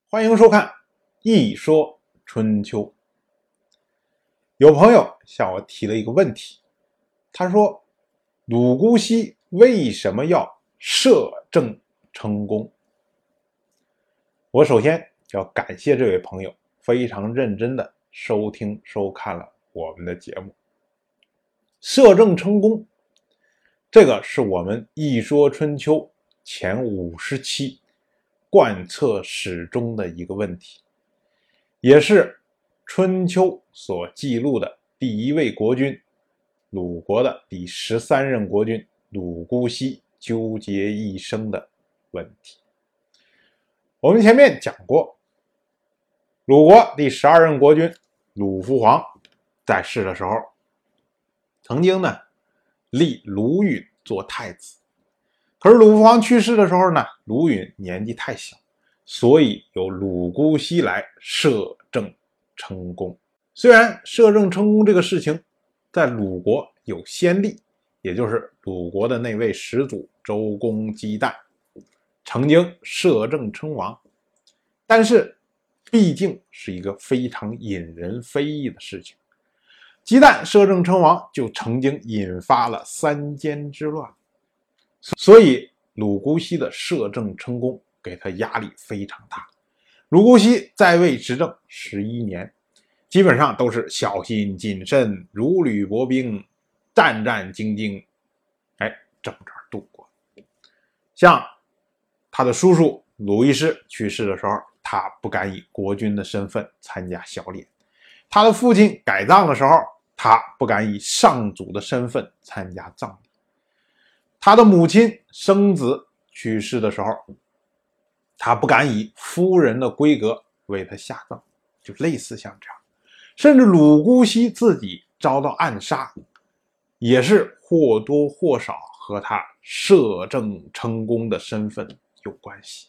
欢迎收看《一说春秋》。有朋友向我提了一个问题，他说鲁姑息为什么要摄政称公？我首先要感谢这位朋友非常认真的收听收看了我们的节目。摄政称公，这个是我们《一说春秋》前50期贯彻始终的一个问题，也是春秋所记录的第一位国君，鲁国的第13任国君鲁姑息纠结一生的问题。我们前面讲过，鲁国第12任国君鲁父皇在世的时候，曾经呢立鲁允做太子。可是鲁父皇去世的时候呢，鲁允年纪太小，所以由鲁姑息来摄政称公。虽然摄政称公这个事情在鲁国有先例，也就是鲁国的那位始祖周公姬旦曾经摄政称王，但是毕竟是一个非常引人非议的事情。姬旦摄政称王就曾经引发了3监之乱，所以鲁姑息的摄政称公给他压力非常大。鲁姑息在位执政11年，基本上都是小心谨慎，如履薄冰，战战兢兢，这么着度过。像他的叔叔鲁医师去世的时候，他不敢以国君的身份参加小殓；他的父亲改葬的时候，他不敢以上祖的身份参加葬礼；他的母亲生子去世的时候，他不敢以夫人的规格为他下葬，就类似像这样。甚至鲁姑息自己遭到暗杀，也是或多或少和他摄政称公的身份有关系。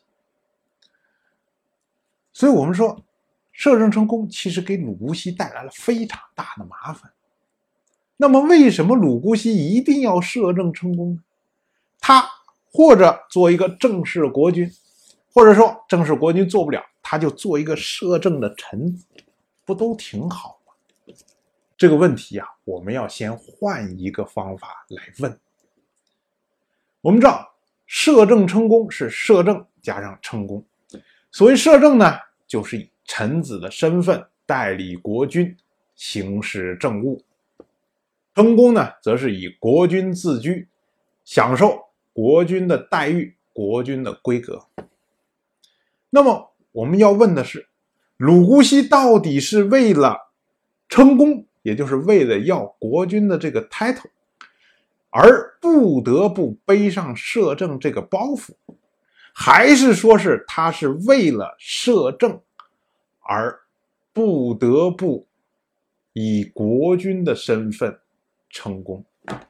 所以我们说摄政称公其实给鲁姑息带来了非常大的麻烦。那么为什么鲁姑息一定要摄政称公呢？他或者做一个正式国君，或者说正式国君做不了，他就做一个摄政的臣子，不都挺好吗？这个问题我们要先换一个方法来问。我们知道摄政称公是摄政加上称公，所谓摄政呢，就是以臣子的身份代理国君行使政务；称公呢，则是以国君自居，享受国君的待遇，国君的规格。那么我们要问的是，鲁姑息到底是为了称公，也就是为了要国君的这个 title 而不得不背上摄政这个包袱，还是说是他是为了摄政而不得不以国君的身份称公？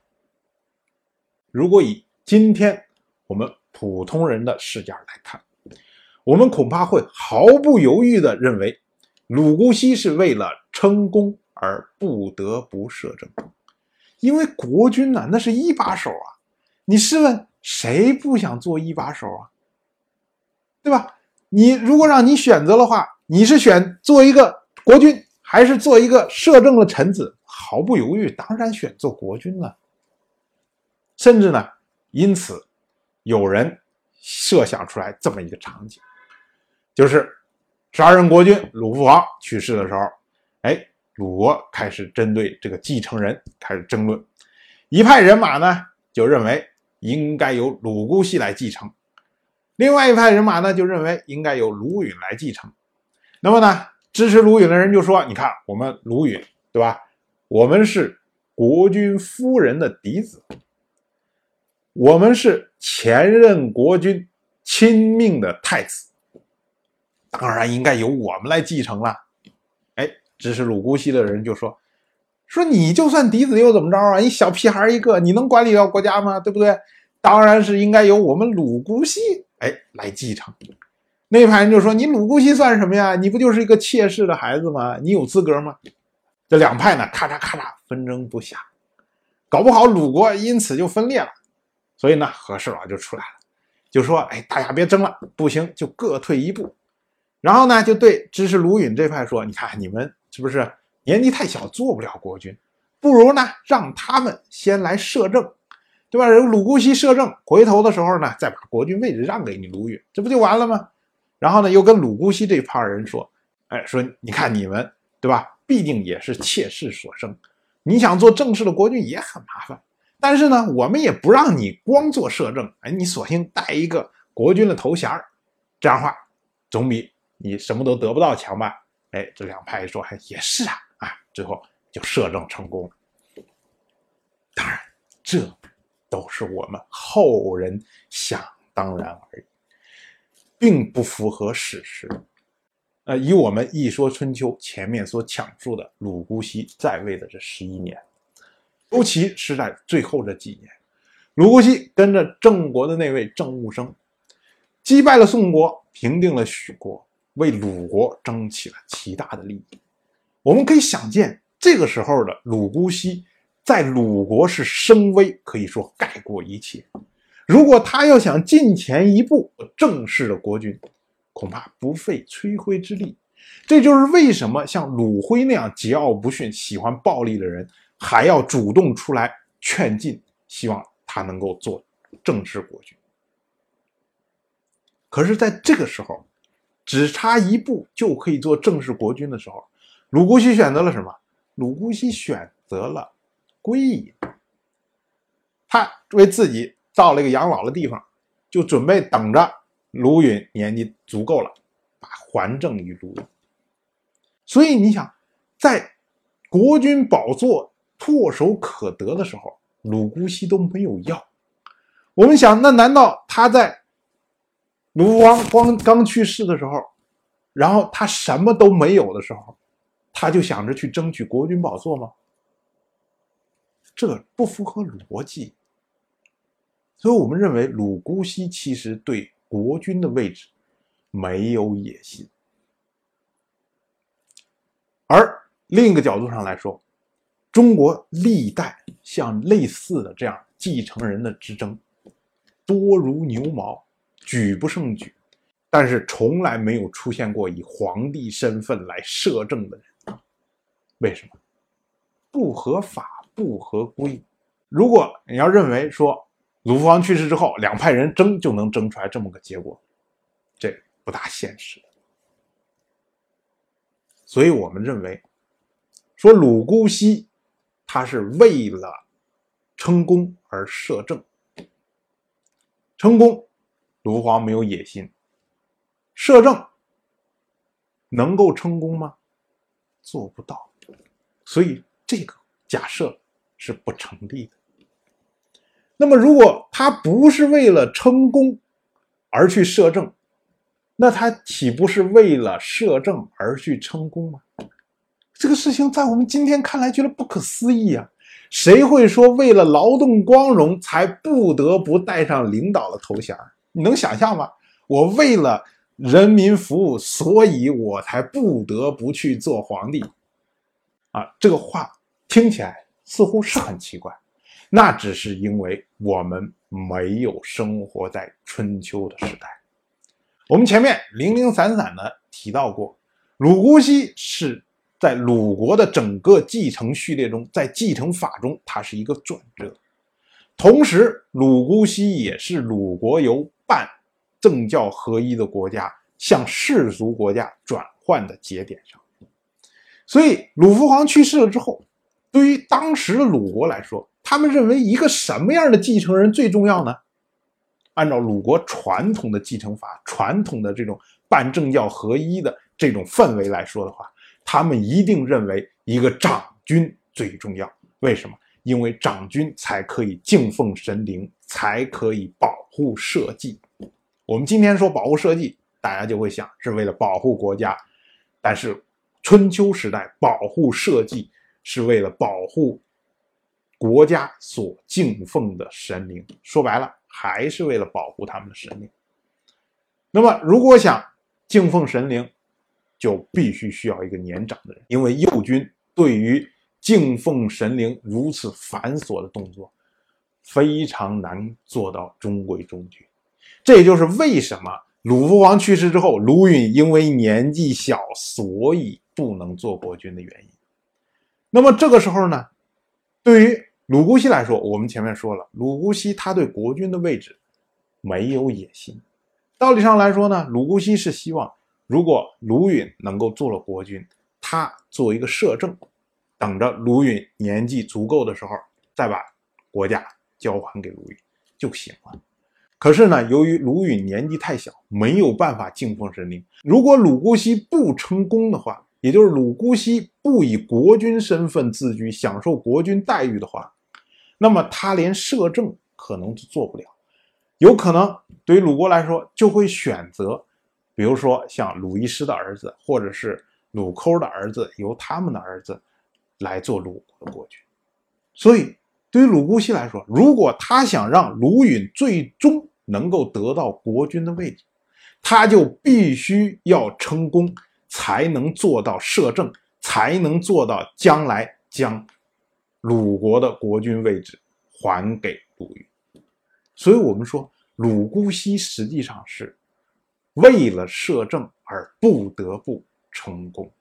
如果以今天我们普通人的视角来看，我们恐怕会毫不犹豫地认为鲁姑息是为了称公而不得不摄政。因为国君那是一把手啊，你试问谁不想做一把手啊？对吧？你如果让你选择的话，你是选做一个国君还是做一个摄政的臣子？毫不犹豫当然选做国君了。甚至呢，因此有人设想出来这么一个场景，就是12任国君鲁父皇去世的时候，鲁国开始针对这个继承人开始争论。一派人马呢就认为应该由鲁姑息来继承，另外一派人马呢就认为应该由鲁允来继承。那么呢，支持鲁允的人就说，你看我们鲁允，对吧，我们是国君夫人的嫡子，我们是前任国君亲命的太子，当然应该由我们来继承了。支持鲁姑息的人就说你就算嫡子又怎么着啊？你小屁孩一个，你能管理到国家吗？对不对？当然是应该由我们鲁姑息来继承。那一派人就说，你鲁姑息算什么呀？你不就是一个妾室的孩子吗？你有资格吗？这两派呢咔嚓咔嚓纷争不下，搞不好鲁国因此就分裂了。所以呢，和事佬就出来了，就说大家别争了，不行就各退一步。 然后呢，就对支持卢允这派说，你看你们是不是年纪太小，做不了国君，不如呢让他们先来摄政，对吧？鲁姑息摄政，回头的时候呢，再把国君位置让给你卢允，这不就完了吗？然后呢，又跟鲁姑息这派人说，说你看你们，对吧？必定也是妾室所生，你想做正式的国君也很麻烦。但是呢，我们也不让你光做摄政，你索性带一个国君的头衔，这样的话总比你什么都得不到强吧？这两派说也是啊，最后就摄政成功了。当然，这都是我们后人想当然而已，并不符合史实。以我们《一说春秋》前面所讲述的鲁姑息在位的这11年，尤其是在最后这几年，鲁姑息跟着郑国的那位郑务生，击败了宋国，平定了许国，为鲁国争取了极大的利益。我们可以想见，这个时候的鲁姑息在鲁国是声威，可以说盖过一切。如果他要想进前一步正式的国君，恐怕不费吹灰之力。这就是为什么像鲁辉那样桀骜不驯、喜欢暴力的人，还要主动出来劝进，希望他能够做正式国君。可是在这个时候，只差一步就可以做正式国君的时候，鲁姑息选择了什么？鲁姑息选择了归隐。他为自己造了一个养老的地方，就准备等着卢允年纪足够了，把还政于卢允。所以你想，在国君宝座唾手可得的时候，鲁姑息都没有要。我们想，那难道他在鲁王刚去世的时候，然后他什么都没有的时候，他就想着去争取国君宝座吗？这不符合逻辑。所以我们认为鲁姑息其实对国君的位置没有野心。而另一个角度上来说，中国历代像类似的这样继承人的之争多如牛毛，举不胜举，但是从来没有出现过以皇帝身份来摄政的人。为什么？不合法，不合规。如果你要认为说鲁父王去世之后两派人争就能争出来这么个结果，这不大现实。所以我们认为说鲁姑息他是为了称功而摄政。称功，鲁父王没有野心；摄政能够成功吗？做不到。所以这个假设是不成立的。那么如果他不是为了称功而去摄政，那他岂不是为了摄政而去称功吗？这个事情在我们今天看来觉得不可思议啊！谁会说为了劳动光荣才不得不戴上领导的头衔？你能想象吗？我为了人民服务，所以我才不得不去做皇帝这个话听起来似乎是很奇怪，那只是因为我们没有生活在春秋的时代。我们前面零零散散的提到过，鲁姑息是在鲁国的整个继承序列中，在继承法中它是一个转折。同时鲁姑息也是鲁国由半政教合一的国家向世俗国家转换的节点上。所以鲁父皇去世了之后，对于当时的鲁国来说，他们认为一个什么样的继承人最重要呢？按照鲁国传统的继承法，传统的这种半政教合一的这种氛围来说的话，他们一定认为一个长君最重要。为什么？因为长君才可以敬奉神灵，才可以保护社稷。我们今天说保护社稷，大家就会想是为了保护国家，但是春秋时代保护社稷是为了保护国家所敬奉的神灵，说白了还是为了保护他们的神灵。那么如果想敬奉神灵，就必须需要一个年长的人，因为幼君对于敬奉神灵如此繁琐的动作非常难做到中规中矩。这也就是为什么鲁父皇去世之后，鲁允因为年纪小，所以不能做国君的原因。那么这个时候呢，对于鲁姑息来说，我们前面说了，鲁姑息他对国君的位置没有野心。道理上来说呢，鲁姑息是希望，如果鲁允能够做了国君，他做一个摄政，等着鲁允年纪足够的时候，再把国家交还给鲁允就行了。可是呢，由于鲁允年纪太小，没有办法敬奉神灵。如果鲁姑息不成功的话，也就是鲁姑息不以国君身份自居，享受国君待遇的话，那么他连摄政可能都做不了。有可能对于鲁国来说，就会选择，比如说像鲁医师的儿子，或者是鲁抠的儿子，由他们的儿子来做鲁国的国君。所以对于鲁姑息来说，如果他想让鲁允最终能够得到国君的位置，他就必须要成功，才能做到摄政，才能做到将来将鲁国的国君位置还给鲁允。所以我们说，鲁姑息实际上是为了摄政而不得不成功。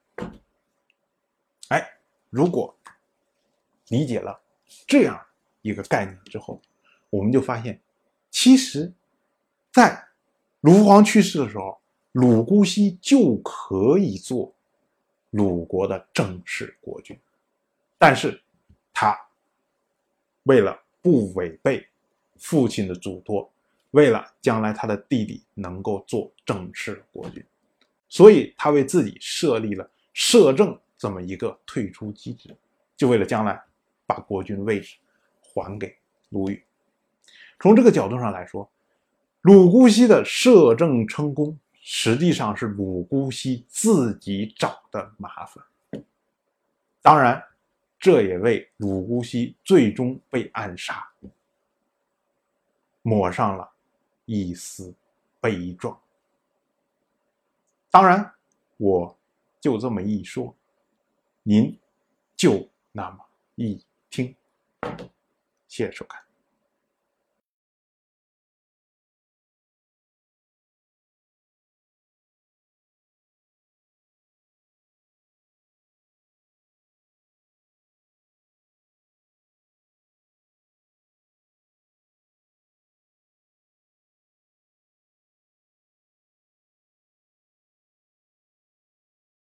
如果理解了这样一个概念之后，我们就发现，其实在鲁父皇去世的时候，鲁姑息就可以做鲁国的正式国君，但是他为了不违背父亲的嘱托，为了将来他的弟弟能够做正式国君，所以他为自己设立了摄政这么一个退出机制，就为了将来把国君位置还给鲁允。从这个角度上来说，鲁姑息的摄政成功实际上是鲁姑息自己找的麻烦。当然，这也为鲁姑息最终被暗杀抹上了一丝悲壮。当然，我就这么一说，您就那么一听。谢谢收看。